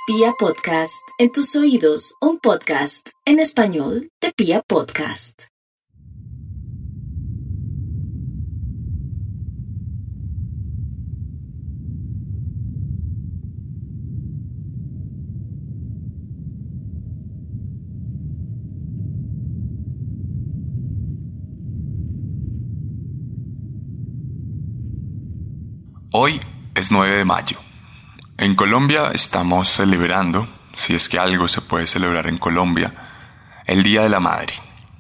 Pia Podcast, en tus oídos, un podcast en español de Pia Podcast. Hoy es 9 de mayo. En Colombia estamos celebrando, si es que algo se puede celebrar en Colombia, el Día de la Madre.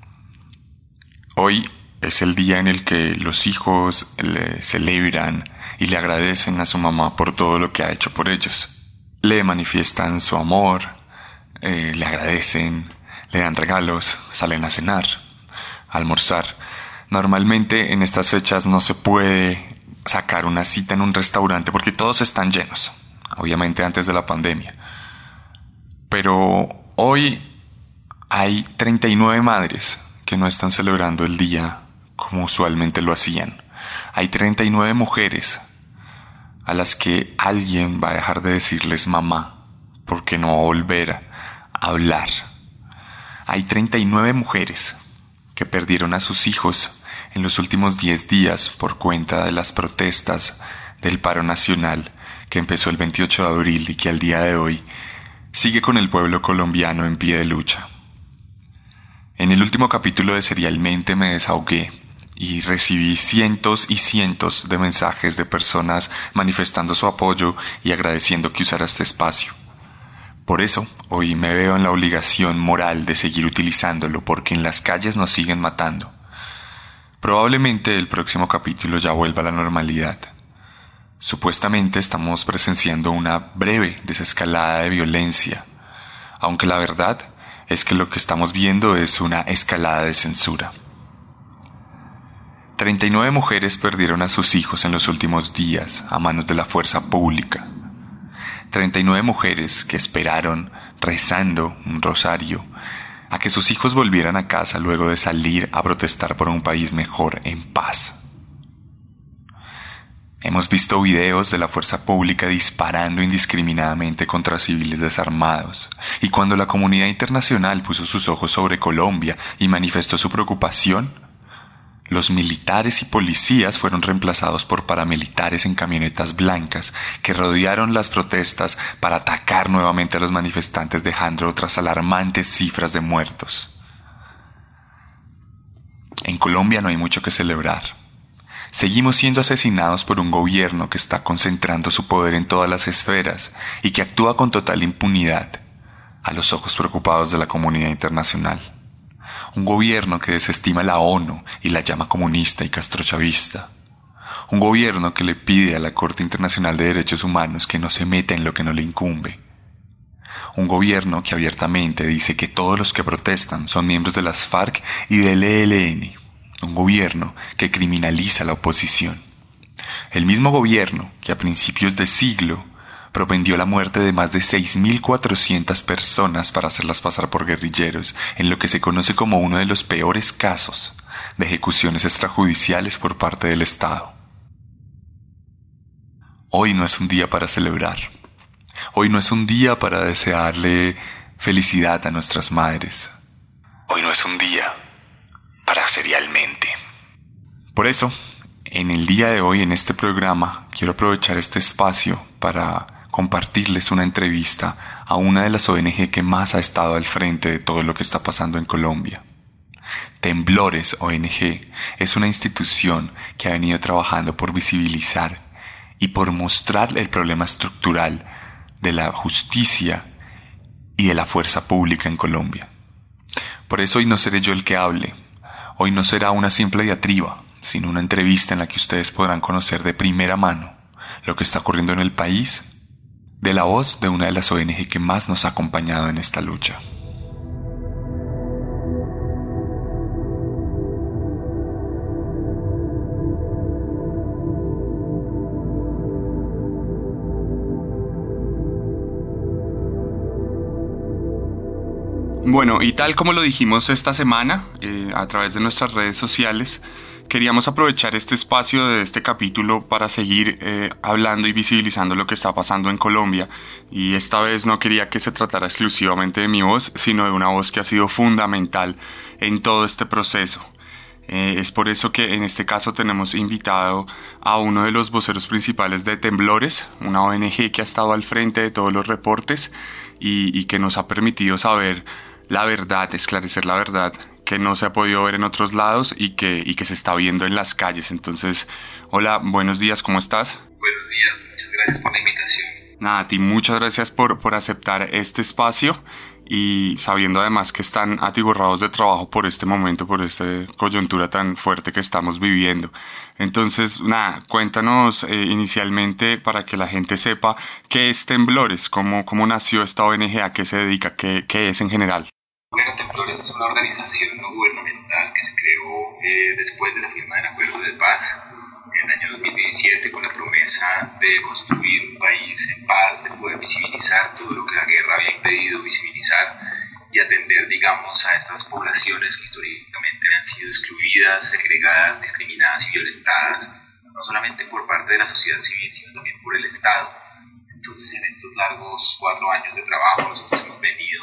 Hoy es el día en el que los hijos le celebran y le agradecen a su mamá por todo lo que ha hecho por ellos. Le manifiestan su amor, le agradecen, le dan regalos, salen a cenar, a almorzar. Normalmente en estas fechas no se puede sacar una cita en un restaurante porque todos están llenos, obviamente antes de la pandemia. Pero hoy hay 39 madres que no están celebrando el día como usualmente lo hacían. Hay 39 mujeres a las que alguien va a dejar de decirles mamá porque no va a volver a hablar. Hay 39 mujeres que perdieron a sus hijos en los últimos 10 días por cuenta de las protestas del paro nacional que empezó el 28 de abril y que al día de hoy sigue con el pueblo colombiano en pie de lucha. En el último capítulo de Serialmente me desahogué y recibí cientos y cientos de mensajes de personas manifestando su apoyo y agradeciendo que usara este espacio. Por eso, hoy me veo en la obligación moral de seguir utilizándolo porque en las calles nos siguen matando. Probablemente el próximo capítulo ya vuelva a la normalidad. Supuestamente estamos presenciando una breve desescalada de violencia, aunque la verdad es que lo que estamos viendo es una escalada de censura. 39 mujeres perdieron a sus hijos en los últimos días a manos de la fuerza pública. 39 mujeres que esperaron, rezando un rosario, a que sus hijos volvieran a casa luego de salir a protestar por un país mejor en paz. Hemos visto videos de la fuerza pública disparando indiscriminadamente contra civiles desarmados, y cuando la comunidad internacional puso sus ojos sobre Colombia y manifestó su preocupación, los militares y policías fueron reemplazados por paramilitares en camionetas blancas que rodearon las protestas para atacar nuevamente a los manifestantes, dejando otras alarmantes cifras de muertos. En Colombia no hay mucho que celebrar. Seguimos siendo asesinados por un gobierno que está concentrando su poder en todas las esferas y que actúa con total impunidad a los ojos preocupados de la comunidad internacional. Un gobierno que desestima la ONU y la llama comunista y castrochavista. Un gobierno que le pide a la Corte Internacional de Derechos Humanos que no se meta en lo que no le incumbe. Un gobierno que abiertamente dice que todos los que protestan son miembros de las FARC y del ELN. Un gobierno que criminaliza la oposición. El mismo gobierno que a principios de siglo propendió la muerte de más de 6.400 personas para hacerlas pasar por guerrilleros, en lo que se conoce como uno de los peores casos de ejecuciones extrajudiciales por parte del Estado. Hoy no es un día para celebrar. Hoy no es un día para desearle felicidad a nuestras madres. Hoy no es un día para Serialmente. Por eso, en el día de hoy, en este programa, quiero aprovechar este espacio para compartirles una entrevista a una de las ONG que más ha estado al frente de todo lo que está pasando en Colombia. Temblores ONG es una institución que ha venido trabajando por visibilizar y por mostrar el problema estructural de la justicia y de la fuerza pública en Colombia. Por eso hoy no seré yo el que hable. Hoy no será una simple diatriba, sino una entrevista en la que ustedes podrán conocer de primera mano lo que está ocurriendo en el país, de la voz de una de las ONG que más nos ha acompañado en esta lucha. Bueno, y tal como lo dijimos esta semana, a través de nuestras redes sociales, queríamos aprovechar este espacio de este capítulo para seguir hablando y visibilizando lo que está pasando en Colombia. Y esta vez no quería que se tratara exclusivamente de mi voz, sino de una voz que ha sido fundamental en todo este proceso. Es por eso que en este caso tenemos invitado a uno de los voceros principales de Temblores, una ONG que ha estado al frente de todos los reportes y que nos ha permitido saber la verdad, esclarecer la verdad que no se ha podido ver en otros lados y que se está viendo en las calles. Entonces, hola, buenos días, ¿cómo estás? Buenos días, muchas gracias por la invitación. Nada, a ti muchas gracias por aceptar este espacio y sabiendo además que están atiborrados de trabajo por este momento, por esta coyuntura tan fuerte que estamos viviendo. Entonces, nada, cuéntanos inicialmente para que la gente sepa qué es Temblores, cómo nació esta ONG, a qué se dedica, qué es en general. Bueno, Temblores es una organización no gubernamental que se creó después de la firma del Acuerdo de Paz en el año 2017 con la promesa de construir un país en paz, de poder visibilizar todo lo que la guerra había impedido visibilizar y atender, digamos, a estas poblaciones que históricamente han sido excluidas, segregadas, discriminadas y violentadas, no solamente por parte de la sociedad civil, sino también por el Estado. Entonces, en estos largos 4 años de trabajo, nosotros hemos venido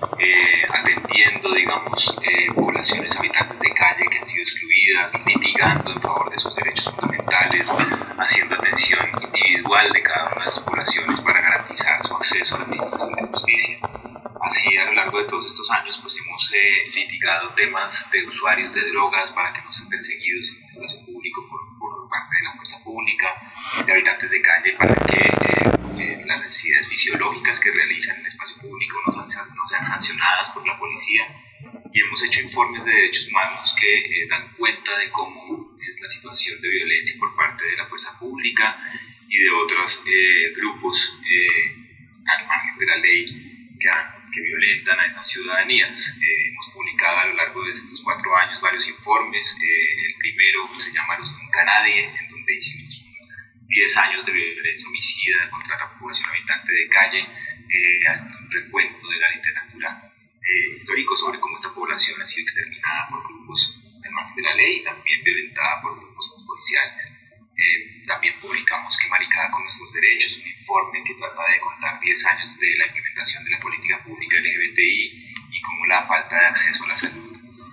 atendiendo, digamos, poblaciones habitantes de calle que han sido excluidas, litigando en favor de sus derechos fundamentales, haciendo atención individual de cada una de las poblaciones para garantizar su acceso a la administración de justicia. Así, a lo largo de todos estos años, pues hemos litigado temas de usuarios de drogas para que no sean perseguidos en el espacio público por parte de la fuerza pública, de habitantes de calle para que las necesidades fisiológicas que realizan en el espacio público no sean sancionadas por la policía. Y hemos hecho informes de derechos humanos que dan cuenta de cómo es la situación de violencia por parte de la fuerza pública y de otros grupos al margen de la ley que violentan a estas ciudadanías. Hemos publicado a lo largo de estos 4 años varios informes. El primero se llama Los Nunca Nadie, en donde hicimos 10 años de violencia homicida contra la población habitante de calle, haciendo un recuento de la literatura histórico sobre cómo esta población ha sido exterminada por grupos al margen de la ley y también violentada por grupos policiales. También publicamos Que Maricada con Nuestros Derechos, un informe que trata de contar 10 años de la implementación de la política pública LGBTI y cómo la falta de acceso a la salud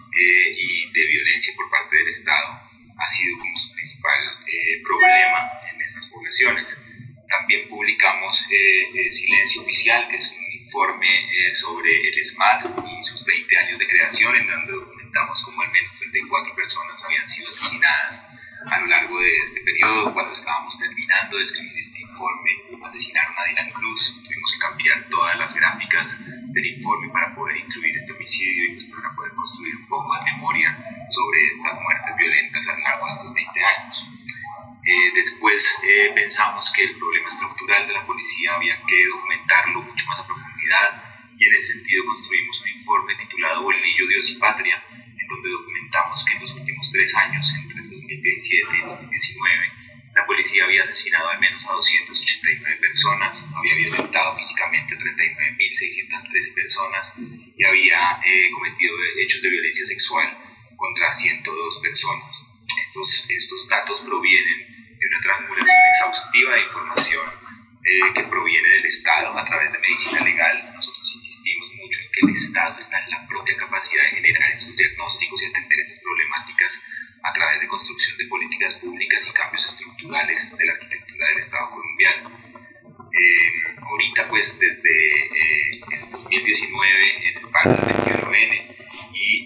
y de violencia por parte del Estado ha sido como su principal problema en estas poblaciones. También publicamos Silencio Oficial, que es un informe sobre el SMAT y sus 20 años de creación, en donde documentamos cómo al menos 34 personas habían sido asesinadas a lo largo de este periodo. Cuando estábamos terminando de escribir este informe, asesinaron a Dylan Cruz. Tuvimos que cambiar todas las gráficas del informe para poder incluir este homicidio y pues para poder construir un poco de memoria sobre estas muertes violentas a lo largo de estos 20 años. Después pensamos que el problema estructural de la policía había que documentarlo mucho más a profundidad y en ese sentido construimos un informe titulado Bolillo, Dios y Patria, en donde documentamos que en los últimos 3 años, entre 2017 y 2019, la policía había asesinado al menos a 289 personas, había violentado físicamente a 39.613 personas y había cometido hechos de violencia sexual contra 102 personas. Estos datos provienen de una transmutación exhaustiva de información que proviene del Estado a través de medicina legal. Nosotros insistimos mucho en que el Estado está en la propia capacidad de generar estos diagnósticos y atender estas problemáticas a través de construcción de políticas públicas y cambios estructurales de la arquitectura del Estado colombiano. Ahorita, pues, desde el 2019, en el paro del 21N y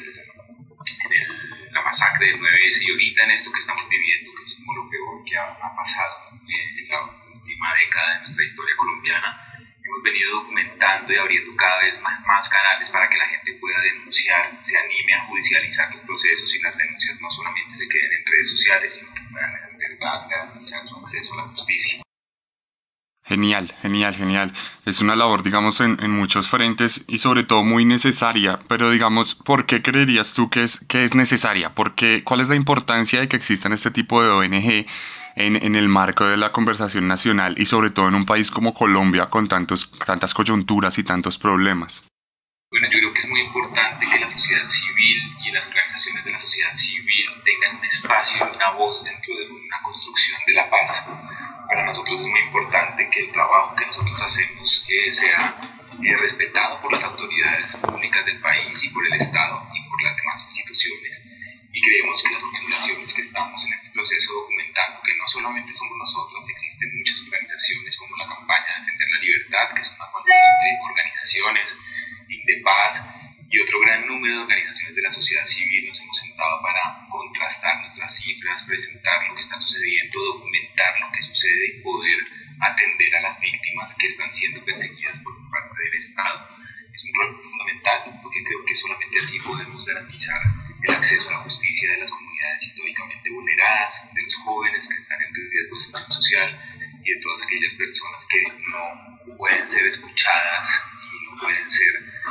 la masacre del 9S y ahorita en esto que estamos viviendo, que es como lo peor que ha pasado en la última década de nuestra historia colombiana, hemos venido documentando y abriendo cada vez más canales para que la gente pueda denunciar, se anime a judicializar los procesos y las denuncias no solamente se queden en redes sociales, sino que puedan en verdad garantizar su acceso a la justicia. Genial. Es una labor, digamos, en muchos frentes y sobre todo muy necesaria, pero digamos, ¿por qué creerías tú que es necesaria? ¿Cuál es la importancia de que existan este tipo de ONG en el marco de la conversación nacional y sobre todo en un país como Colombia con tantas coyunturas y tantos problemas? Bueno, yo creo que es muy importante que la sociedad civil y las organizaciones de la sociedad civil tengan un espacio y una voz dentro de una construcción de la paz. Para nosotros es muy importante que el trabajo que nosotros hacemos sea respetado por las autoridades públicas del país y por el Estado y por las demás instituciones. Y creemos que las organizaciones que estamos en este proceso documentando, que no solamente somos nosotras, existen muchas organizaciones como la Campaña Defender la Libertad, que es una coalición de organizaciones de paz, y otro gran número de organizaciones de la sociedad civil. Nos hemos sentado para contrastar nuestras cifras, presentar lo que está sucediendo, documentar lo que sucede y poder atender a las víctimas que están siendo perseguidas por parte del Estado. Es un rol fundamental porque creo que solamente así podemos garantizar el acceso a la justicia de las comunidades históricamente vulneradas, de los jóvenes que están en riesgo de exclusión social y de todas aquellas personas que no pueden ser escuchadas y no pueden ser,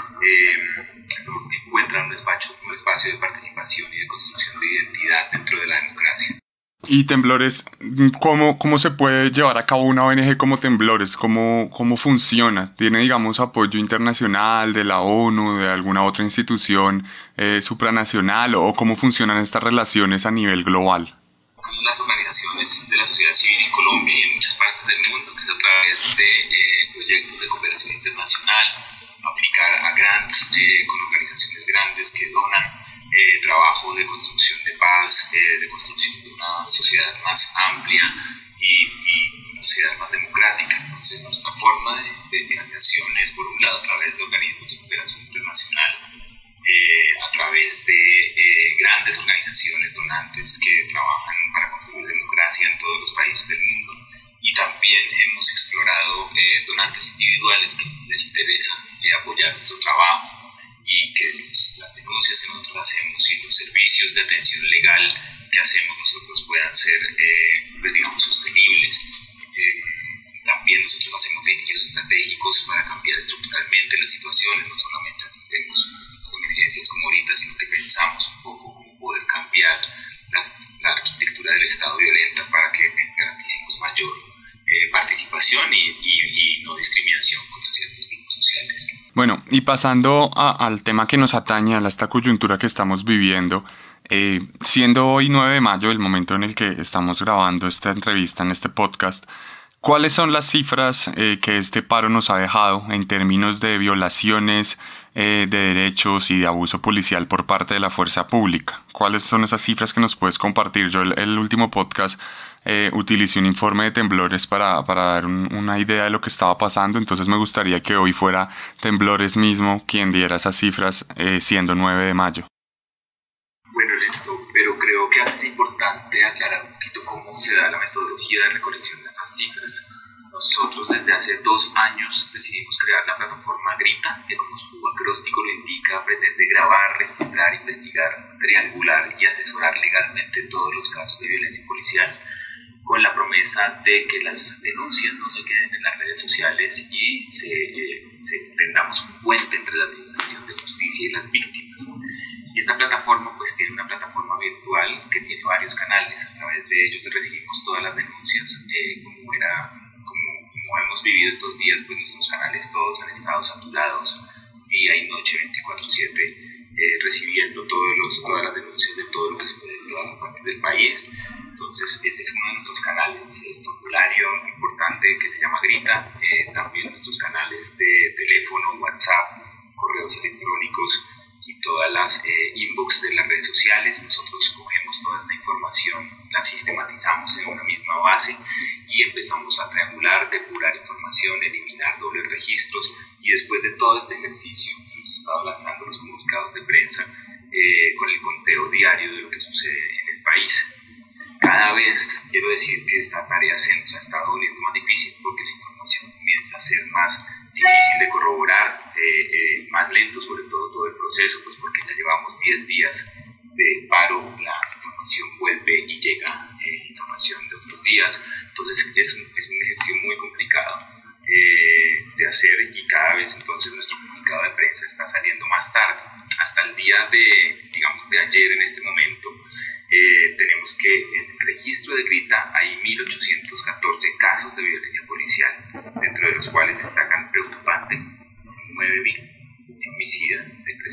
no encuentran un espacio de participación y de construcción de identidad dentro de la democracia. Y Temblores, ¿cómo se puede llevar a cabo una ONG como Temblores? ¿Cómo funciona? ¿Tiene, digamos, apoyo internacional de la ONU, de alguna otra institución supranacional? ¿O cómo funcionan estas relaciones a nivel global? Las organizaciones de la sociedad civil en Colombia y en muchas partes del mundo, que es a través de proyectos de cooperación internacional, aplicar a grants con organizaciones grandes que donan trabajo de construcción de paz, de construcción de una sociedad más amplia y una sociedad más democrática. Entonces, nuestra forma de financiación es, por un lado, a través de organismos de cooperación internacional, a través de grandes organizaciones donantes que trabajan para construir democracia en todos los países del mundo, y también hemos explorado donantes individuales que les interesa apoyar nuestro trabajo y que las denuncias que nosotros hacemos y los servicios de atención legal que hacemos nosotros puedan ser, sostenibles. También nosotros hacemos litigios estratégicos para cambiar estructuralmente las situaciones, no solamente atendemos las emergencias como ahorita, sino que pensamos un poco cómo poder cambiar la arquitectura del Estado violenta para que garanticemos mayor participación y no discriminación contra ciertos grupos sociales. Bueno, y pasando al tema que nos atañe, a esta coyuntura que estamos viviendo, siendo hoy 9 de mayo, el momento en el que estamos grabando esta entrevista en este podcast, ¿cuáles son las cifras que este paro nos ha dejado en términos de violaciones de derechos y de abuso policial por parte de la fuerza pública? ¿Cuáles son esas cifras que nos puedes compartir? Yo el último podcast utilicé un informe de Temblores para dar una idea de lo que estaba pasando, entonces me gustaría que hoy fuera Temblores mismo quien diera esas cifras siendo 9 de mayo. Bueno, listo, pero creo que es importante aclarar un poquito cómo se da la metodología de recolección de estas cifras. Nosotros desde hace 2 años decidimos crear la plataforma Grita, que como su acróstico lo indica, pretende grabar, registrar, investigar, triangular y asesorar legalmente todos los casos de violencia policial, con la promesa de que las denuncias no se queden en las redes sociales y tengamos un puente entre la administración de justicia y las víctimas. Y esta plataforma pues tiene una plataforma virtual que tiene varios canales. A través de ellos recibimos todas las denuncias, como hemos vivido estos días, pues nuestros canales todos han estado saturados día y noche 24/7, recibiendo todas las denuncias de todo lo que sucede en todas las partes del país. Entonces ese es uno de nuestros canales, el formulario importante que se llama Grita, también nuestros canales de teléfono, WhatsApp, correos electrónicos y todas las inbox de las redes sociales. Nosotros cogemos toda esta información, la sistematizamos en una misma base y empezamos a triangular, depurar información, eliminar dobles registros, y después de todo este ejercicio hemos estado lanzando los comunicados de prensa con el conteo diario de lo que sucede en el país. Cada vez quiero decir que esta tarea se nos ha estado volviendo más difícil porque la información comienza a ser más difícil de corroborar, más lento sobre todo el proceso, pues porque ya llevamos 10 días de paro, la información vuelve y llega información de otros días, entonces es un ejercicio muy complicado de hacer, y cada vez entonces nuestro comunicado de prensa está saliendo más tarde. Hasta el día de ayer, en este momento, tenemos que en el registro de Grita hay 1.814 casos de violencia policial, dentro de los cuales destacan preocupante 9.000 homicidas de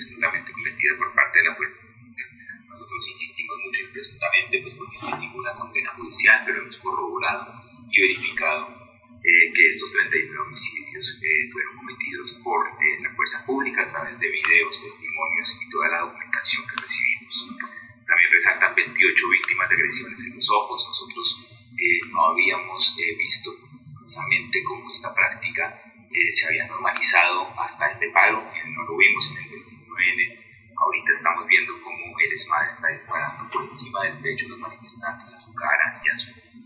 cometidos por la fuerza pública a través de videos, testimonios y toda la documentación que recibimos. También resaltan 28 víctimas de agresiones en los ojos. Nosotros no habíamos visto precisamente cómo esta práctica se había normalizado hasta este paro, no lo vimos en el 29N. Ahorita estamos viendo cómo el ESMAD está disparando por encima del pecho de los manifestantes a su cara y a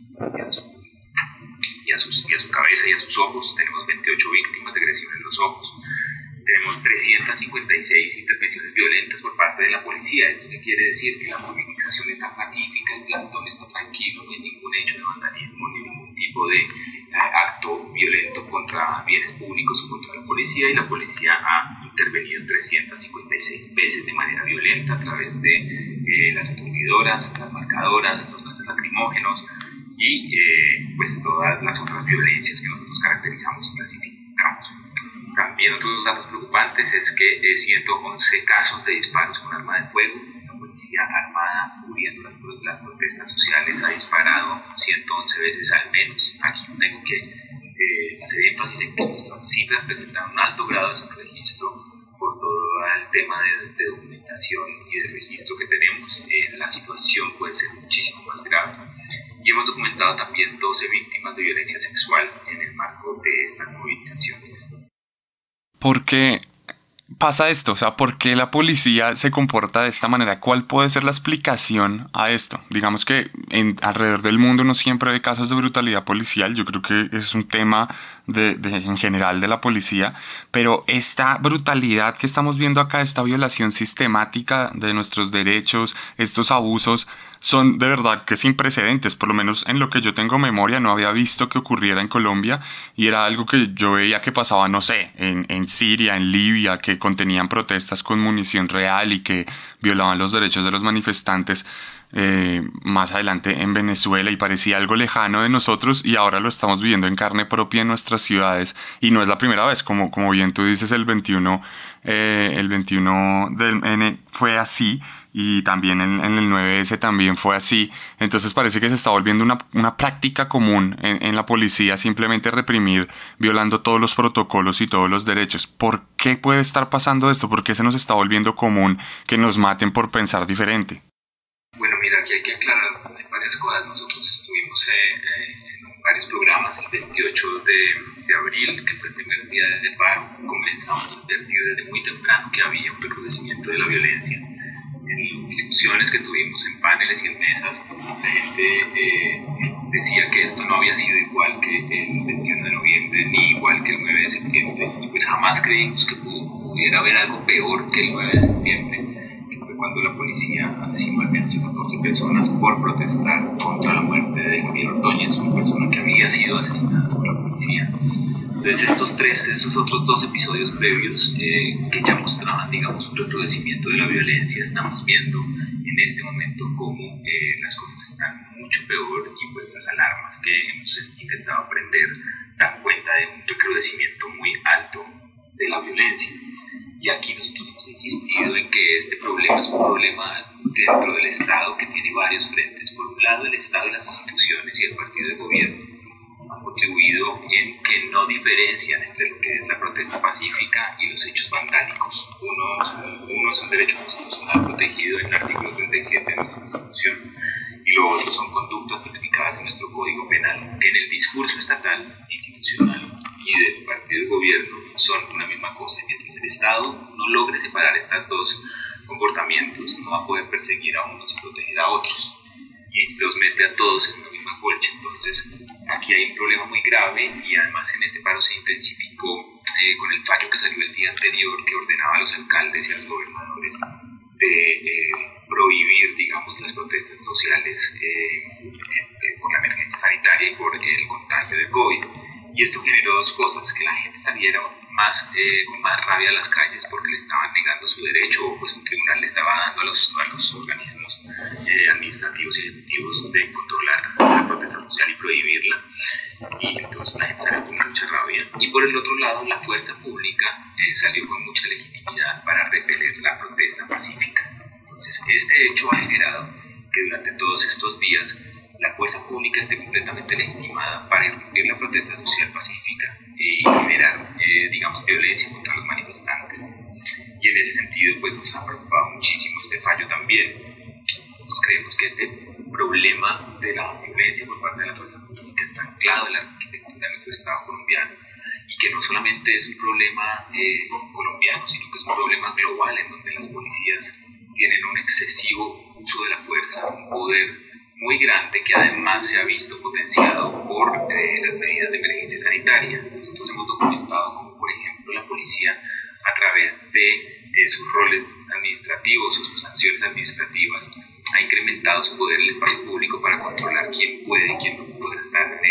su cabeza y a sus ojos. Tenemos 28 víctimas de agresión en los ojos. Tenemos 356 intervenciones violentas por parte de la policía. ¿Esto qué quiere decir? Que la movilización está pacífica, el plantón está tranquilo, no hay ningún hecho de vandalismo, ni ningún tipo de acto violento contra bienes públicos o contra la policía, y la policía ha intervenido 356 veces de manera violenta a través de las aturdidoras, las marcadoras, los gases lacrimógenos y pues todas las otras violencias que nosotros caracterizamos y clasificamos. También otros datos preocupantes es que 111 casos de disparos con arma de fuego. La policía armada cubriendo las protestas sociales ha disparado 111 veces al menos. Aquí tengo que hacer énfasis en que nuestras cifras presentan un alto grado de subregistro por todo el tema de documentación y de registro que tenemos. La situación puede ser muchísimo más grave. Y hemos documentado también 12 víctimas de violencia sexual en el marco de estas movilizaciones. ¿Por qué pasa esto? O sea, ¿por qué la policía se comporta de esta manera? ¿Cuál puede ser la explicación a esto? Digamos que alrededor del mundo no siempre hay casos de brutalidad policial. Yo creo que es un tema en general de la policía. Pero esta brutalidad que estamos viendo acá, esta violación sistemática de nuestros derechos, estos abusos, son de verdad que sin precedentes. Por lo menos en lo que yo tengo memoria no había visto que ocurriera en Colombia, y era algo que yo veía que pasaba, no sé, en Siria, en Libia, que contenían protestas con munición real y que violaban los derechos de los manifestantes, más adelante en Venezuela, y parecía algo lejano de nosotros, y ahora lo estamos viviendo en carne propia en nuestras ciudades, y no es la primera vez. Como bien tú dices, el 21 del N fue así, y también en el 9S también fue así. Entonces parece que se está volviendo una práctica común en la policía, simplemente reprimir, violando todos los protocolos y todos los derechos. ¿Por qué puede estar pasando esto? ¿Por qué se nos está volviendo común que nos maten por pensar diferente? Bueno, mira, aquí hay que aclarar varias cosas. Nosotros estuvimos en varios programas el 28 de abril, que fue el primer día del paro. Comenzamos a advertir desde muy temprano que había un recrudecimiento de la violencia. En discusiones que tuvimos en paneles y en mesas, la gente decía que esto no había sido igual que el 21 de noviembre ni igual que el 9 de septiembre, y pues jamás creímos que pudiera haber algo peor que el 9 de septiembre, que fue cuando la policía asesinó al menos a 14 personas por protestar contra la muerte de Javier Ordóñez, una persona que había sido asesinada por la policía. Entonces estos otros dos episodios previos que ya mostraban, digamos, un recrudecimiento de la violencia, estamos viendo en este momento cómo las cosas están mucho peor, y pues las alarmas que hemos intentado prender dan cuenta de un recrudecimiento muy alto de la violencia. Y aquí nosotros hemos insistido en que este problema es un problema dentro del Estado que tiene varios frentes. Por un lado, el Estado, las instituciones y el partido de gobierno han contribuido en que no diferencian entre lo que es la protesta pacífica y los hechos vandálicos. Uno es un derecho constitucional protegido en el artículo 37 de nuestra Constitución, y lo otro son conductas tipificadas en nuestro Código Penal, que en el discurso estatal, institucional y del partido del gobierno son una misma cosa. Mientras el Estado no logre separar estos dos comportamientos, no va a poder perseguir a unos y proteger a otros, y los mete a todos en una misma colcha. Entonces aquí hay un problema muy grave, y además en este paro se intensificó con el fallo que salió el día anterior, que ordenaba a los alcaldes y a los gobernadores de prohibir, digamos, las protestas sociales por la emergencia sanitaria y por el contagio de COVID. Y esto generó dos cosas: que la gente saliera con más rabia a las calles porque le estaban negando su derecho, o pues un tribunal le estaba dando a los organismos administrativos y ejecutivos de controlar la protesta social y prohibirla, y entonces la gente salió con mucha rabia. Y por el otro lado, la fuerza pública salió con mucha legitimidad para repeler la protesta pacífica. Entonces este hecho ha generado que durante todos estos días la fuerza pública esté completamente legitimada para irrumpir la protesta social pacífica y generar, digamos, violencia contra los manifestantes. Y en ese sentido, pues nos ha preocupado muchísimo este fallo también. Nosotros creemos que este problema de la violencia por parte de la fuerza pública está anclado en la arquitectura de nuestro Estado colombiano, y que no solamente es un problema colombiano, sino que es un problema global en donde las policías tienen un excesivo uso de la fuerza, un poder muy grande que además se ha visto potenciado por las medidas de emergencia sanitaria. Nosotros hemos documentado como, por ejemplo, la policía, a través de sus roles administrativos o sus sanciones administrativas, ha incrementado su poder en el espacio público para controlar quién puede y quién no puede estar en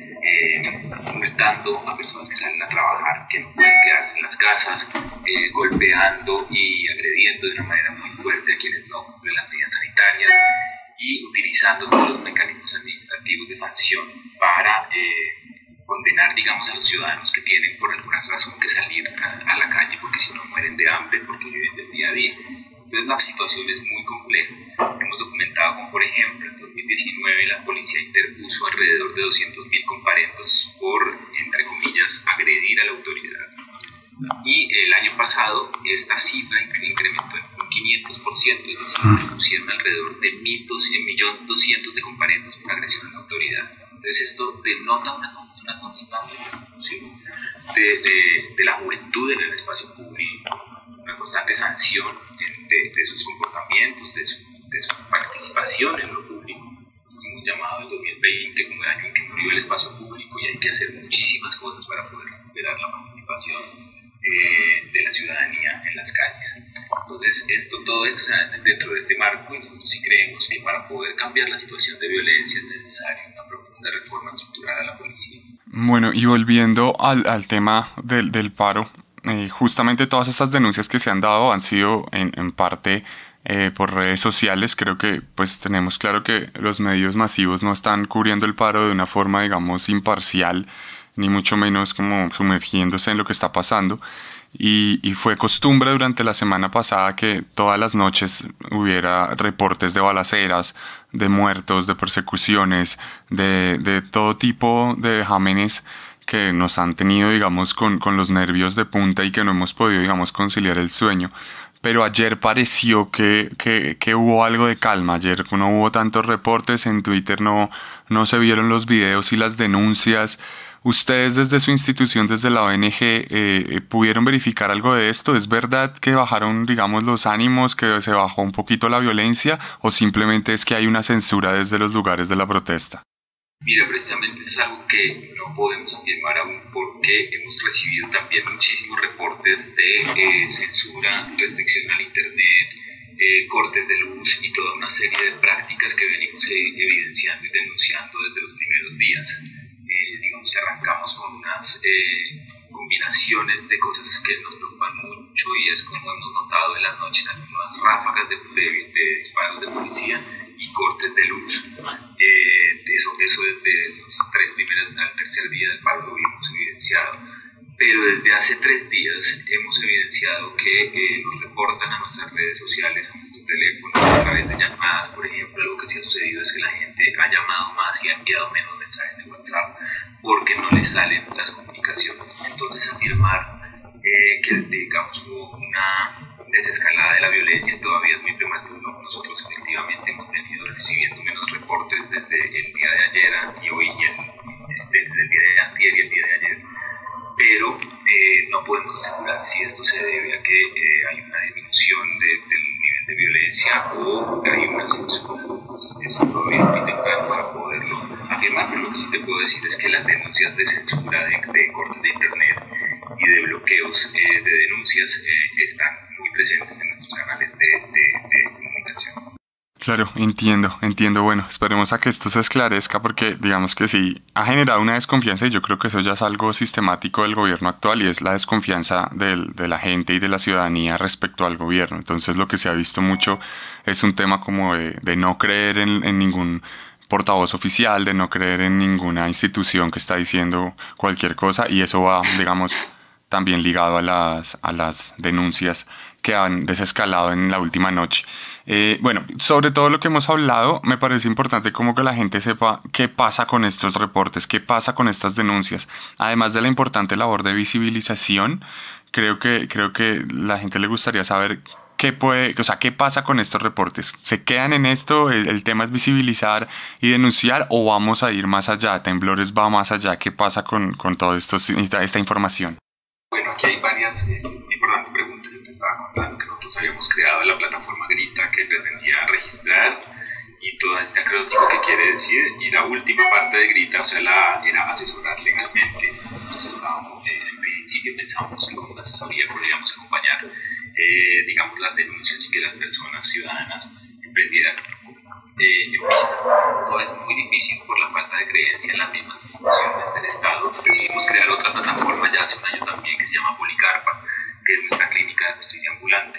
él, multando a personas que salen a trabajar, que no pueden quedarse en las casas, golpeando y agrediendo de una manera muy fuerte a quienes no cumplen las medidas sanitarias, y utilizando todos los mecanismos administrativos de sanción para condenar, digamos, a los ciudadanos que tienen por alguna razón que salir a la calle, porque si no mueren de hambre, porque viven del día a día. Entonces la situación es muy compleja. Hemos documentado como, por ejemplo, en 2019 la policía interpuso alrededor de 200.000 comparendos por, entre comillas, agredir a la autoridad. Y el año pasado esta cifra incrementó en un 500%, es decir, pusieron alrededor de 1.200.000 de comparendos por agresión a la autoridad. Entonces esto denota una constante constitución de la juventud en el espacio público, una constante sanción de sus comportamientos, de su participación en lo público. Entonces hemos llamado el 2020 como el año en que murió el espacio público, y hay que hacer muchísimas cosas para poder recuperar la participación de la ciudadanía en las calles. Entonces todo esto se da dentro de este marco, y nosotros sí creemos que para poder cambiar la situación de violencia es necesaria una profunda reforma estructural a la policía. Bueno, y volviendo al tema del paro, justamente todas estas denuncias que se han dado han sido en parte por redes sociales. Creo que pues tenemos claro que los medios masivos no están cubriendo el paro de una forma, digamos, imparcial, ni mucho menos como sumergiéndose en lo que está pasando. Y fue costumbre durante la semana pasada que todas las noches hubiera reportes de balaceras, de muertos, de persecuciones, de todo tipo de vejámenes que nos han tenido, digamos, con los nervios de punta y que no hemos podido, digamos, conciliar el sueño. Pero ayer pareció que hubo algo de calma. Ayer no hubo tantos reportes, en Twitter no se vieron los videos y las denuncias. ¿Ustedes desde su institución, desde la ONG, pudieron verificar algo de esto? ¿Es verdad que bajaron, digamos, los ánimos, que se bajó un poquito la violencia, o simplemente es que hay una censura desde los lugares de la protesta? Mira, precisamente eso es algo que no podemos afirmar aún, porque hemos recibido también muchísimos reportes de censura, restricción al internet, cortes de luz y toda una serie de prácticas que venimos evidenciando y denunciando desde los primeros días. Digamos que arrancamos con unas combinaciones de cosas que nos preocupan mucho, y es como hemos notado en las noches algunas ráfagas de disparos de policía y cortes de luz. Eso desde los al tercer día del paro lo hemos evidenciado, pero desde hace 3 días hemos evidenciado que nos reportan a nuestras redes sociales, a nuestro teléfono, a través de llamadas, por ejemplo. Algo que sí ha sucedido es que la gente ha llamado más y ha enviado menos mensajes de WhatsApp porque no les salen las comunicaciones. Entonces, afirmar que, digamos, hubo una desescalada de la violencia todavía es muy prematuro. Nosotros efectivamente hemos venido recibiendo menos reportes desde el día de ayer y hoy, desde el día de antier y el día de ayer, pero no podemos asegurar si esto se debe a que hay una disminución del nivel de violencia o hay una censura. Es todavía muy temprano para poderlo afirmar, pero lo que sí te puedo decir es que las denuncias de censura, de cortes de internet y de bloqueos de denuncias están muy presentes en nuestros canales de comunicación. Claro, entiendo. Bueno, esperemos a que esto se esclarezca, porque digamos que sí ha generado una desconfianza, y yo creo que eso ya es algo sistemático del gobierno actual, y es la desconfianza de la gente y de la ciudadanía respecto al gobierno. Entonces lo que se ha visto mucho es un tema como de no creer en ningún portavoz oficial, de no creer en ninguna institución que está diciendo cualquier cosa, y eso va, digamos, también ligado a las denuncias que han desescalado en la última noche. Bueno, sobre todo lo que hemos hablado, me parece importante como que la gente sepa qué pasa con estos reportes, qué pasa con estas denuncias. Además de la importante labor de visibilización, creo que la gente le gustaría saber qué pasa con estos reportes. ¿Se quedan en esto? ¿El tema es visibilizar y denunciar o vamos a ir más allá? Temblores va más allá. ¿Qué pasa con todo esto, esta información? Bueno, aquí hay varias importantes preguntas. Yo te estaba contando que nosotros habíamos creado la plataforma Grita, que pretendía registrar y todo este acróstico que quiere decir, y la última parte de Grita, o sea, era asesorar legalmente. Nosotros estábamos, en principio pensábamos que con una asesoría podríamos acompañar, digamos, las denuncias y que las personas ciudadanas emprendieran en vista. Todo es muy difícil por la falta de creencia en las mismas instituciones del Estado. Decidimos crear otra plataforma ya hace un año también que se llama Policarpa, que es nuestra clínica de justicia ambulante.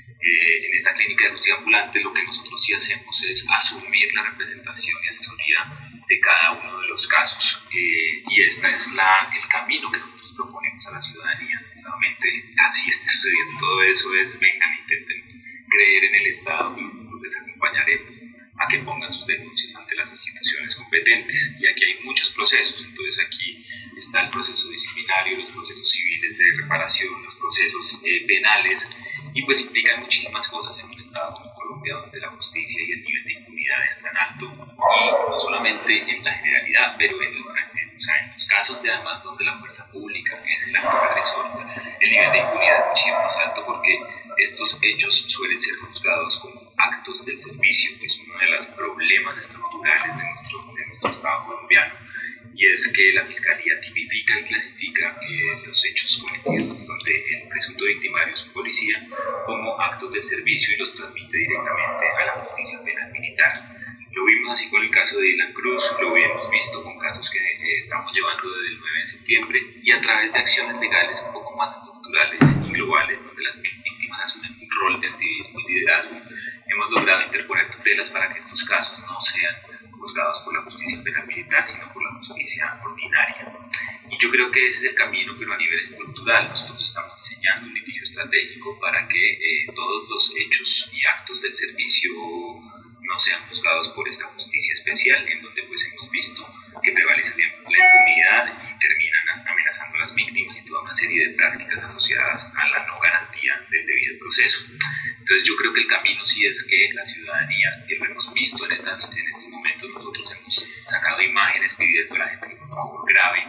En esta clínica de justicia ambulante lo que nosotros sí hacemos es asumir la representación y asesoría de cada uno de los casos, y este es el camino que nosotros proponemos a la ciudadanía. Nuevamente, así esté sucediendo todo eso, vengan, intenten creer en el Estado y nosotros les acompañaremos a que pongan sus denuncias ante las instituciones competentes. Y aquí hay muchos procesos, entonces aquí está el proceso disciplinario, los procesos civiles de reparación, los procesos penales, y pues implican muchísimas cosas en un Estado como Colombia, donde la justicia y el nivel de impunidad es tan alto, y no solamente en la generalidad, pero en los casos de además donde la fuerza pública es el actor agresor, el nivel de impunidad es muchísimo más alto porque estos hechos suelen ser juzgados como actos del servicio, que es uno de los problemas estructurales de nuestro Estado colombiano, y es que la Fiscalía tipifica y clasifica los hechos cometidos donde el presunto victimario es un policía como actos del servicio y los transmite directamente a la justicia penal militar. Lo vimos así con el caso de Dylan Cruz, lo hemos visto con casos que estamos llevando desde el 9 de septiembre, y a través de acciones legales un poco más estructurales y globales, donde las víctimas asumen un rol de activismo y liderazgo, hemos logrado interponer tutelas para que estos casos no sean juzgados por la justicia penal militar, sino por la justicia ordinaria. Y yo creo que ese es el camino, pero a nivel estructural. Nosotros estamos diseñando un litigio estratégico para que todos los hechos y actos del servicio no sean juzgados por esta justicia especial, en donde pues hemos visto que prevalece la impunidad y terminan amenazando a las víctimas y toda una serie de prácticas asociadas a la no garantía del debido proceso. Entonces yo creo que el camino sí es que la ciudadanía, que lo hemos visto en estos momentos, nosotros hemos sacado imágenes pidiendo a la gente que por favor grabe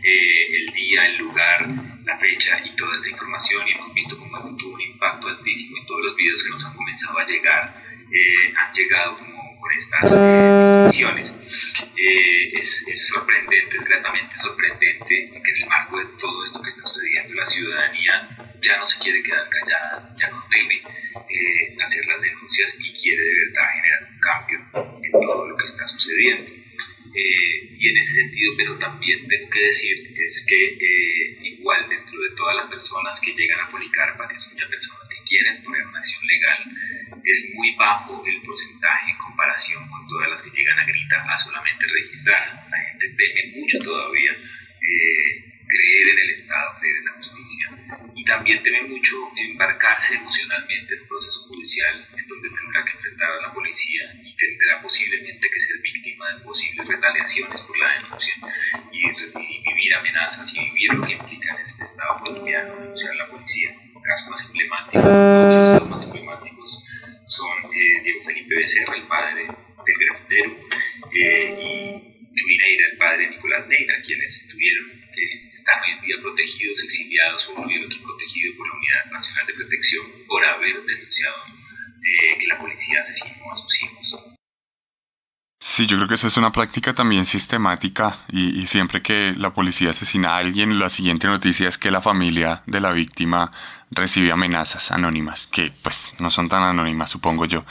el día, el lugar, la fecha y toda esta información, y hemos visto cómo esto tuvo un impacto altísimo, y todos los videos que nos han comenzado a llegar han llegado como por estas distinciones. Es sorprendente, es gratamente sorprendente que en el marco de todo esto que está sucediendo la ciudadanía ya no se quiere quedar callada, ya no teme hacer las denuncias y quiere de verdad generar un cambio en todo lo que está sucediendo. Y en ese sentido, pero también tengo que decir, es que igual dentro de todas las personas que llegan a Policarpa, que son ya personas que quieren poner una acción legal, es muy bajo el porcentaje en comparación con todas las que llegan a Grita a solamente registrar. La gente teme mucho todavía creer en el Estado, creer en la justicia, y también teme mucho embarcarse emocionalmente en un proceso judicial en donde tendrá que enfrentar a la policía y tendrá posiblemente que ser víctima de posibles retaliaciones por la denuncia y vivir amenazas y vivir lo que implica en este Estado colombiano denunciar a la policía. El caso más emblemático, dos de los casos más emblemáticos son Diego Felipe Becerra, el padre del grafitero, y Yuri Neira, el padre de Nicolás Neira, quienes están hoy en día protegidos, exiliados, uno y el otro protegido por la Unidad Nacional de Protección por haber denunciado que la policía asesinó a sus hijos. Sí, yo creo que eso es una práctica también sistemática y siempre que la policía asesina a alguien, la siguiente noticia es que la familia de la víctima recibe amenazas anónimas, que pues no son tan anónimas, supongo yo.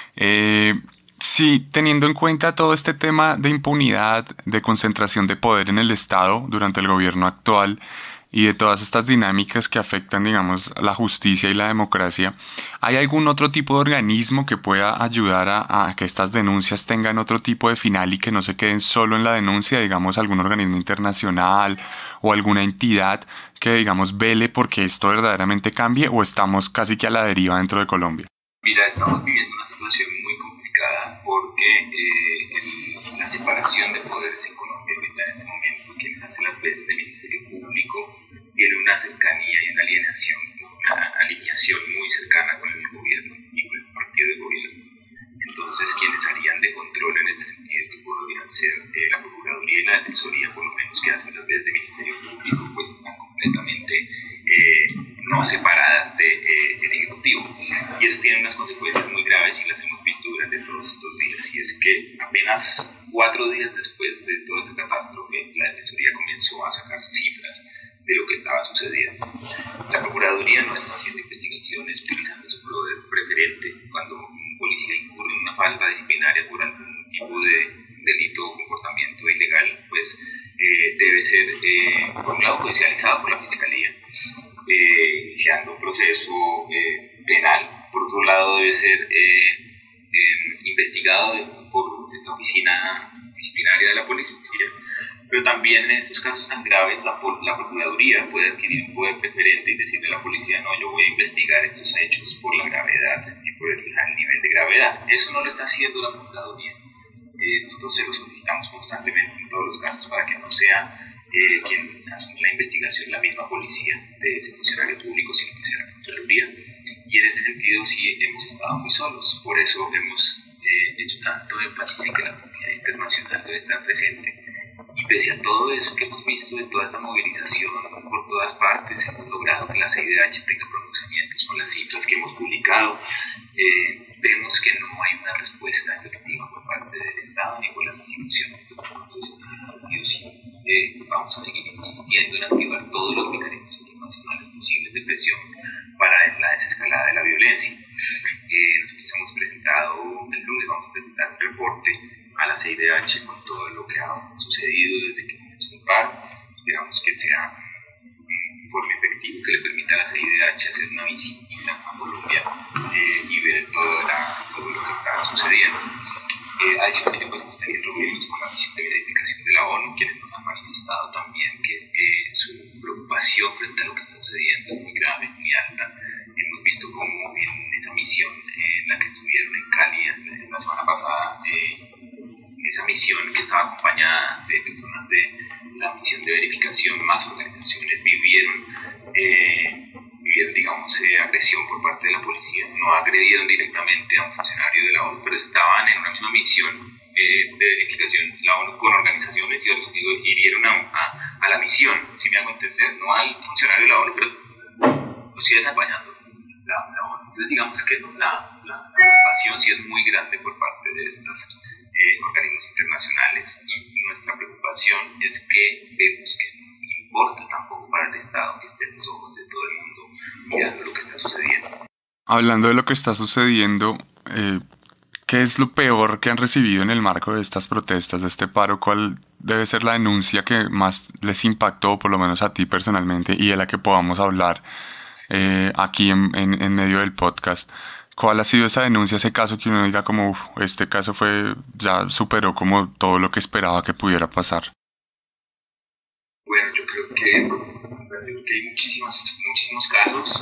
Sí, teniendo en cuenta todo este tema de impunidad, de concentración de poder en el Estado durante el gobierno actual, y de todas estas dinámicas que afectan, digamos, la justicia y la democracia, ¿hay algún otro tipo de organismo que pueda ayudar a que estas denuncias tengan otro tipo de final y que no se queden solo en la denuncia, digamos, algún organismo internacional o alguna entidad que, digamos, vele porque esto verdaderamente cambie, o estamos casi que a la deriva dentro de Colombia? Mira, estamos viviendo una situación muy complicada porque la separación de poderes en Colombia ahorita en este momento, quien hace las veces de Ministerio Público, tiene una cercanía y una alineación muy cercana con el gobierno y con el partido de gobierno. Entonces, quienes harían de control en este sentido, que podrían ser la Procuraduría y la Defensoría, por lo menos que hacen las veces de Ministerio Público, pues están completamente no separadas del Ejecutivo. Y eso tiene unas consecuencias muy graves y las hemos visto durante todos estos días. Y es que apenas 4 días después de toda esta catástrofe, la Defensoría comenzó a sacar cifras de lo que estaba sucediendo. La Procuraduría no está haciendo investigaciones utilizando su poder preferente. Cuando un policía incurre en una falta disciplinaria por algún tipo de delito o comportamiento ilegal, pues debe ser, por un lado, judicializado por la Fiscalía, iniciando un proceso penal. Por otro lado, debe ser investigado por la Oficina Disciplinaria de la Policía. Pero también en estos casos tan graves, la Procuraduría puede adquirir un poder preferente y decirle a la policía: no, yo voy a investigar estos hechos por la gravedad y por el nivel de gravedad. Eso no lo está haciendo la Procuraduría. Nosotros se lo solicitamos constantemente en todos los casos para que no sea quien asume la investigación la misma policía de ese funcionario público, sino que sea la Procuraduría. Y en ese sentido sí hemos estado muy solos. Por eso hemos hecho tanto énfasis en que la comunidad internacional debe estar presente. Y pese a todo eso que hemos visto, de toda esta movilización por todas partes, hemos logrado que la CIDH tenga pronunciamientos. Con las cifras que hemos publicado, vemos que no hay una respuesta efectiva por parte del Estado ni por las instituciones. Entonces, en ese sentido, sí, vamos a seguir insistiendo en activar todos los mecanismos internacionales posibles de presión para la desescalada de la violencia. Nosotros hemos presentado, el lunes vamos a presentar un reporte a la CIDH con todo lo que ha sucedido desde que comenzó el paro. Esperamos que sea un informe efectivo que le permita a la CIDH hacer una visita a Colombia y ver todo lo que está sucediendo. Adicionalmente, pues hemos tenido reuniones con la misión de verificación de la ONU, quienes nos han manifestado también que su preocupación frente a lo que está sucediendo es muy grave, muy alta. Hemos visto cómo en esa misión en la que estuvieron en Cali la semana pasada, esa misión que estaba acompañada de personas de la misión de verificación, más organizaciones vivieron digamos, agresión por parte de la policía. No agredieron directamente a un funcionario de la ONU, pero estaban en una misma misión de verificación, la ONU con organizaciones, y hirieron a la misión, si me hago entender, no al funcionario de la ONU, pero lo sigue acompañando la ONU. Entonces, digamos que la preocupación sí es muy grande por parte de estos organismos internacionales, y nuestra preocupación es que vemos que no importa tampoco para el Estado que estén los ojos de todo el mundo mirando lo que está sucediendo. Hablando de lo que está sucediendo, ¿qué es lo peor que han recibido en el marco de estas protestas, de este paro? ¿Cuál debe ser la denuncia que más les impactó, por lo menos a ti personalmente, y de la que podamos hablar aquí en medio del podcast? ¿Cuál ha sido esa denuncia, ese caso que uno diga como, este caso ya superó como todo lo que esperaba que pudiera pasar? Bueno, yo creo que hay muchísimos casos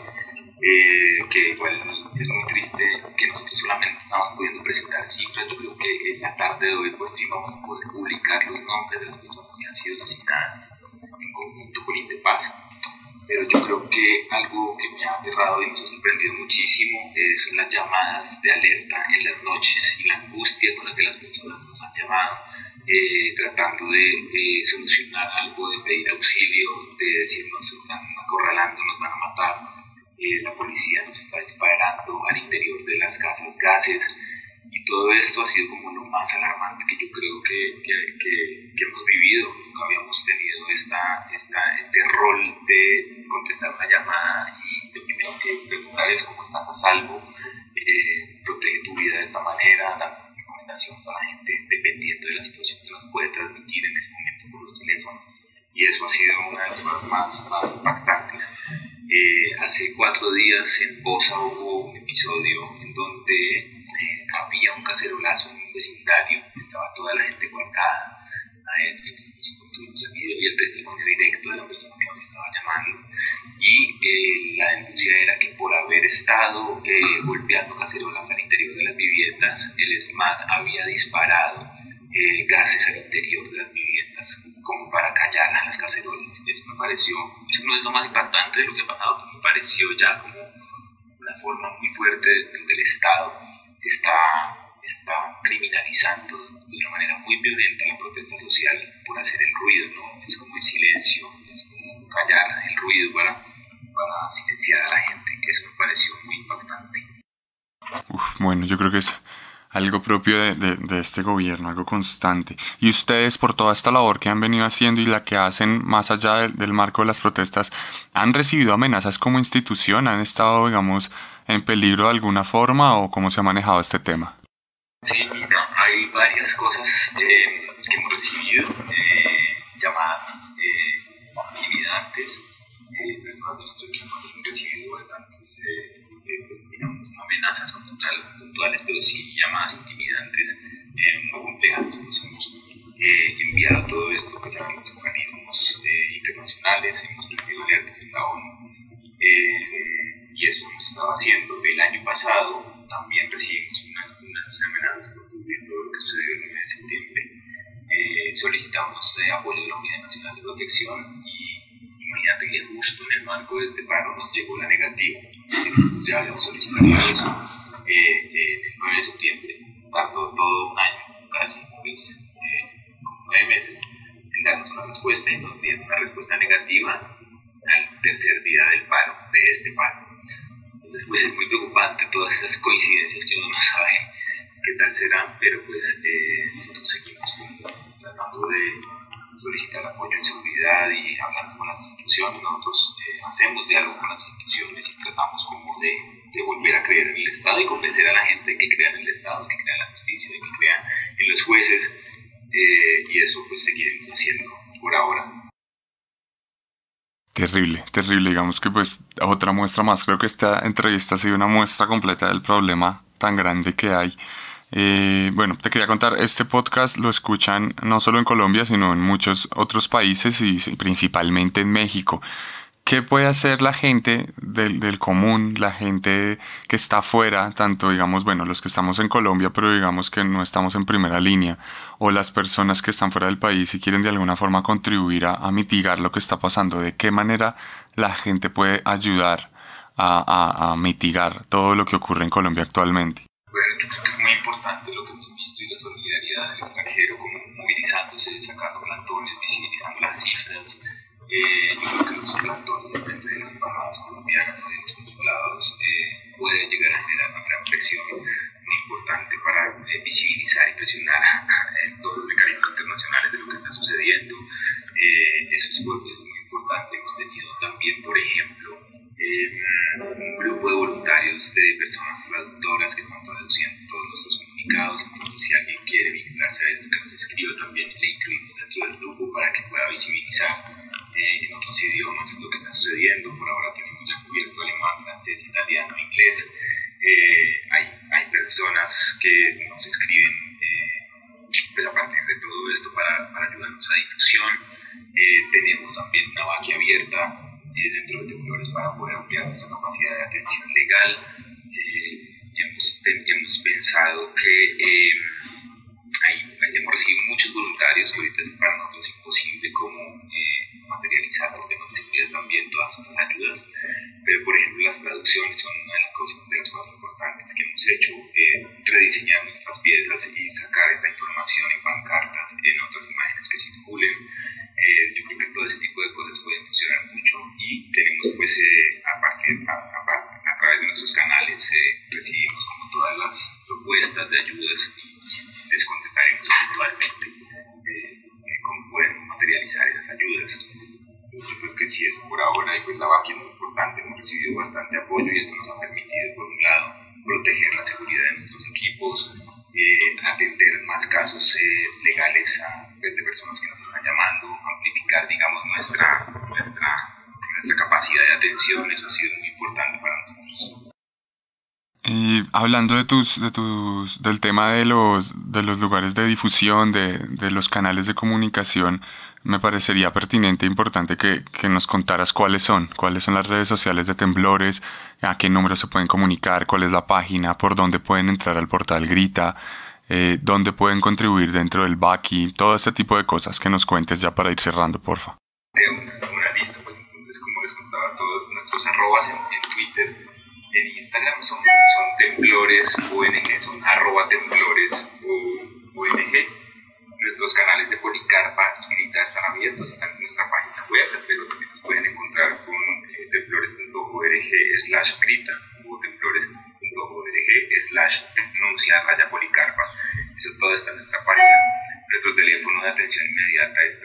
que igual es muy triste que nosotros solamente estamos pudiendo presentar cifras. Yo creo que en la tarde de hoy por fin vamos a poder publicar los nombres de las personas que han sido asesinadas en conjunto con Indepaz. Pero yo creo que algo que me ha aterrado y nos ha sorprendido muchísimo son las llamadas de alerta en las noches y la angustia con la que las personas nos han llamado, tratando de solucionar algo, de pedir auxilio, de decir nos están acorralando, nos van a matar, la policía nos está disparando al interior de las casas gases, y todo esto ha sido como lo más alarmante que yo creo que hemos vivido. Nunca habíamos tenido este rol de contestar una llamada y lo primero que preguntar es cómo estás, a salvo, protege tu vida de esta manera, dando recomendaciones a la gente dependiendo de la situación que nos puede transmitir en ese momento por los teléfonos. y eso ha sido una de las cosas más impactantes. Hace 4 días en Poza hubo un episodio en donde había un cacerolazo en un vecindario, estaba toda la gente guardada. Nosotros tuvimos el video y el testimonio directo de la persona que nos estaba llamando, y la denuncia era que por haber estado golpeando cacerolas al interior de las viviendas, el ESMAD había disparado gases al interior de las viviendas como para callar a las cacerolas. Eso me pareció, eso no es lo más impactante de lo que ha pasado, pero me pareció ya como una forma muy fuerte donde el Estado está criminalizando de una manera muy violenta la protesta social por hacer el ruido, ¿no? Es como el silencio, es como callar el ruido para silenciar a la gente. Eso me pareció muy impactante. Bueno, yo creo que es algo propio de este gobierno, algo constante. Y ustedes, por toda esta labor que han venido haciendo y la que hacen más allá del marco de las protestas, ¿han recibido amenazas como institución? ¿Han estado, digamos, en peligro de alguna forma o cómo se ha manejado este tema? Sí, mira, hay varias cosas que hemos recibido, llamadas intimidantes. Nuestro equipo ha recibido bastantes, pues, digamos, no amenazas como tal, puntuales, pero sí llamadas intimidantes muy complejas. Nosotros hemos enviado todo esto pues, a los organismos internacionales, hemos recibido alertas en la ONU, y eso hemos estado haciendo. El año pasado también recibimos unas amenazas por cubrir todo lo que sucedió el 9 de septiembre. Solicitamos apoyo de la Unidad Nacional de Protección y imagínate que justo en el marco de este paro nos llegó la negativa. Es decir, nosotros ya habíamos solicitado eso el 9 de septiembre, tardó todo un año, casi pues, como 9 meses, en darnos una respuesta, y nos dieron una respuesta negativa al tercer día del paro, de este paro. Entonces pues es muy preocupante todas esas coincidencias que uno no sabe qué tal serán, pero pues nosotros seguimos tratando de solicitar apoyo en seguridad y hablando con las instituciones. Nosotros hacemos diálogo con las instituciones y tratamos como de volver a creer en el Estado y convencer a la gente de que crea en el Estado, de que crea en la justicia, de que crea en los jueces, y eso pues seguiremos haciendo por ahora. Terrible, terrible, digamos que pues otra muestra más. Creo que esta entrevista ha sido una muestra completa del problema tan grande que hay. Bueno, te quería contar, este podcast lo escuchan no solo en Colombia, sino en muchos otros países y principalmente en México. ¿Qué puede hacer la gente del común, la gente que está afuera, tanto digamos, bueno, los que estamos en Colombia, pero digamos que no estamos en primera línea, o las personas que están fuera del país y quieren de alguna forma contribuir a mitigar lo que está pasando? ¿De qué manera la gente puede ayudar a mitigar todo lo que ocurre en Colombia actualmente? Bueno, yo creo que es muy importante lo que hemos visto y la solidaridad del extranjero, como movilizándose, sacando plantones, visibilizando las cifras. Yo creo que los plantones depende de las embajadas colombianas o de los consulados puede llegar a generar una gran presión muy importante para visibilizar y presionar en todos los mecanismos internacionales de lo que está sucediendo. Eso es muy importante. Hemos tenido también, por ejemplo, un grupo de voluntarios, de personas traductoras que están traduciendo todos nuestros comunicados. Entonces, si alguien quiere vincularse a esto, que nos escriba también, le incluimos dentro del grupo para que pueda visibilizar en otros idiomas lo que está sucediendo. Por ahora tenemos ya cubierto alemán, francés, italiano, inglés. Hay personas que nos escriben pues a partir de todo esto para ayudarnos a difusión. Tenemos también una vacía abierta dentro de Temblores para poder ampliar nuestra capacidad de atención legal. Hemos pensado que hemos recibido muchos voluntarios, que ahorita es para nosotros imposible como materializar por temas de seguridad también todas estas ayudas, pero por ejemplo las traducciones son una de las cosas importantes que hemos hecho, rediseñar nuestras piezas y sacar esta información en pancartas, en otras imágenes que circulen. Yo creo que todo ese tipo de cosas pueden funcionar mucho y tenemos pues a través de nuestros canales recibimos como todas las propuestas de ayudas y les contestaremos puntualmente cómo podemos materializar esas ayudas. Yo creo que sí, es por ahora, y pues la vacuna es muy importante. Hemos recibido bastante apoyo y esto nos ha permitido, por un lado, proteger la seguridad de nuestros equipos, atender más casos legales de personas que nos están llamando, amplificar, digamos, nuestra capacidad de atención. Eso ha sido muy importante para nosotros. Y hablando del tema de los lugares de difusión, de los canales de comunicación, me parecería pertinente e importante que nos contaras cuáles son las redes sociales de Temblores, a qué número se pueden comunicar, cuál es la página, por dónde pueden entrar al portal Grita, dónde pueden contribuir dentro del Baki, todo este tipo de cosas que nos cuentes ya para ir cerrando, porfa. Una lista, pues entonces, como les contaba, todos nuestros arrobas en Twitter, en Instagram son Temblores ONG, son @Temblores ONG. Nuestros canales de Policarpa y Grita están abiertos, están en nuestra página web, pero también nos pueden encontrar con temblores.org/grita o temblores.org/denuncia_Policarpa. Eso todo está en nuestra página. Nuestro teléfono de atención inmediata es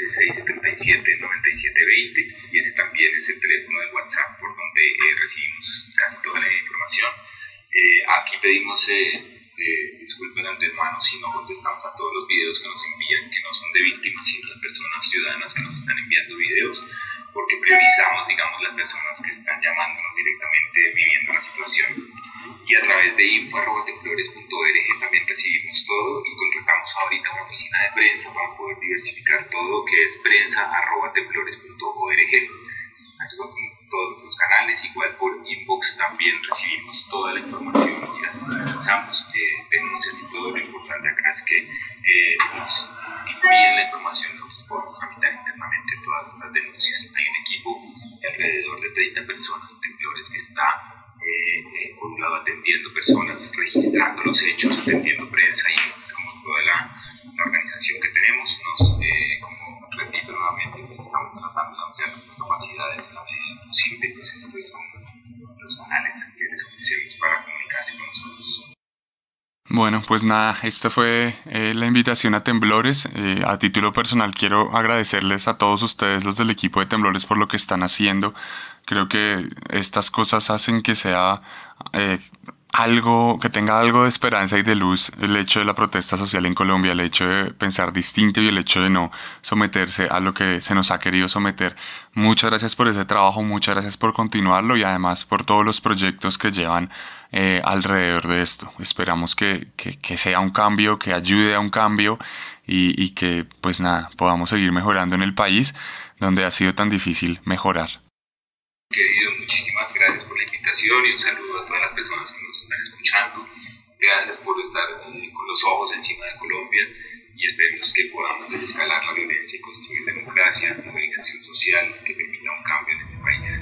313-677-9720 y ese también es el teléfono de WhatsApp por donde recibimos casi toda la información. Aquí pedimos disculpen de antemano si no contestamos a todos los videos que nos envían, que no son de víctimas, sino de personas ciudadanas que nos están enviando videos, porque priorizamos, digamos, las personas que están llamándonos directamente, viviendo la situación. Y a través de info@temblores.org también recibimos todo y contratamos ahorita una oficina de prensa para poder diversificar todo, que es prensa@temblores.org. Así como todos nuestros canales, igual por inbox también recibimos toda la información y las lanzamos, denuncias y todo. Lo importante acá es que nos envíen la información, nosotros podemos tramitar internamente todas estas denuncias. Hay un equipo de alrededor de 30 personas de Temblores que está por un lado atendiendo personas, registrando los hechos, atendiendo prensa, y esta es como toda la organización que tenemos. Como repito nuevamente, pues estamos tratando de ampliar nuestras capacidades en la medida posible, pues esto es como los canales que les ofrecemos para comunicarse con nosotros. Bueno, pues nada, esta fue la invitación a Temblores. A título personal quiero agradecerles a todos ustedes, los del equipo de Temblores, por lo que están haciendo. Creo que estas cosas hacen que sea que tenga algo de esperanza y de luz el hecho de la protesta social en Colombia, el hecho de pensar distinto y el hecho de no someterse a lo que se nos ha querido someter. Muchas gracias por ese trabajo, muchas gracias por continuarlo y además por todos los proyectos que llevan alrededor de esto. Esperamos que sea un cambio, que ayude a un cambio y que pues nada, podamos seguir mejorando en el país donde ha sido tan difícil mejorar. Querido, muchísimas gracias por la invitación y un saludo a todas las personas que nos están escuchando. Gracias por estar con los ojos encima de Colombia y esperemos que podamos desescalar la violencia y construir democracia, movilización social que permita un cambio en este país.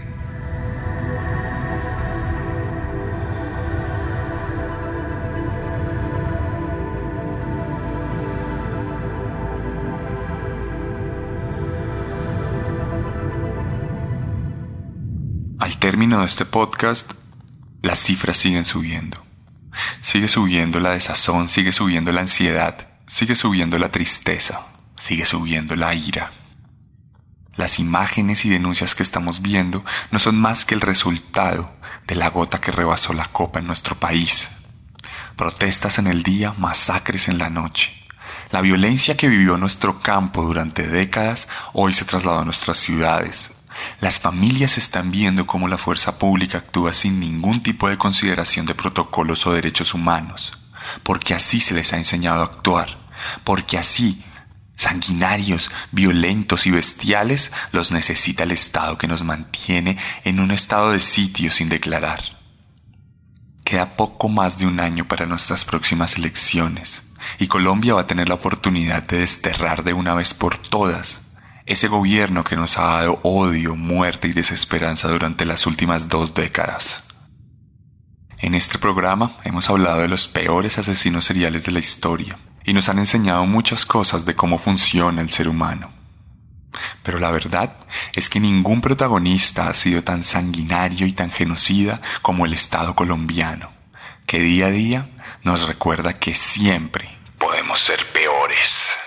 Al término de este podcast, las cifras siguen subiendo. Sigue subiendo la desazón, sigue subiendo la ansiedad, sigue subiendo la tristeza, sigue subiendo la ira. Las imágenes y denuncias que estamos viendo no son más que el resultado de la gota que rebasó la copa en nuestro país. Protestas en el día, masacres en la noche. La violencia que vivió nuestro campo durante décadas hoy se trasladó a nuestras ciudades. Las familias están viendo cómo la fuerza pública actúa sin ningún tipo de consideración de protocolos o derechos humanos, porque así se les ha enseñado a actuar, porque así, sanguinarios, violentos y bestiales, los necesita el Estado que nos mantiene en un estado de sitio sin declarar. Queda poco más de un año para nuestras próximas elecciones, y Colombia va a tener la oportunidad de desterrar de una vez por todas ese gobierno que nos ha dado odio, muerte y desesperanza durante las últimas 2 décadas. En este programa hemos hablado de los peores asesinos seriales de la historia y nos han enseñado muchas cosas de cómo funciona el ser humano. Pero la verdad es que ningún protagonista ha sido tan sanguinario y tan genocida como el Estado colombiano, que día a día nos recuerda que siempre podemos ser peores.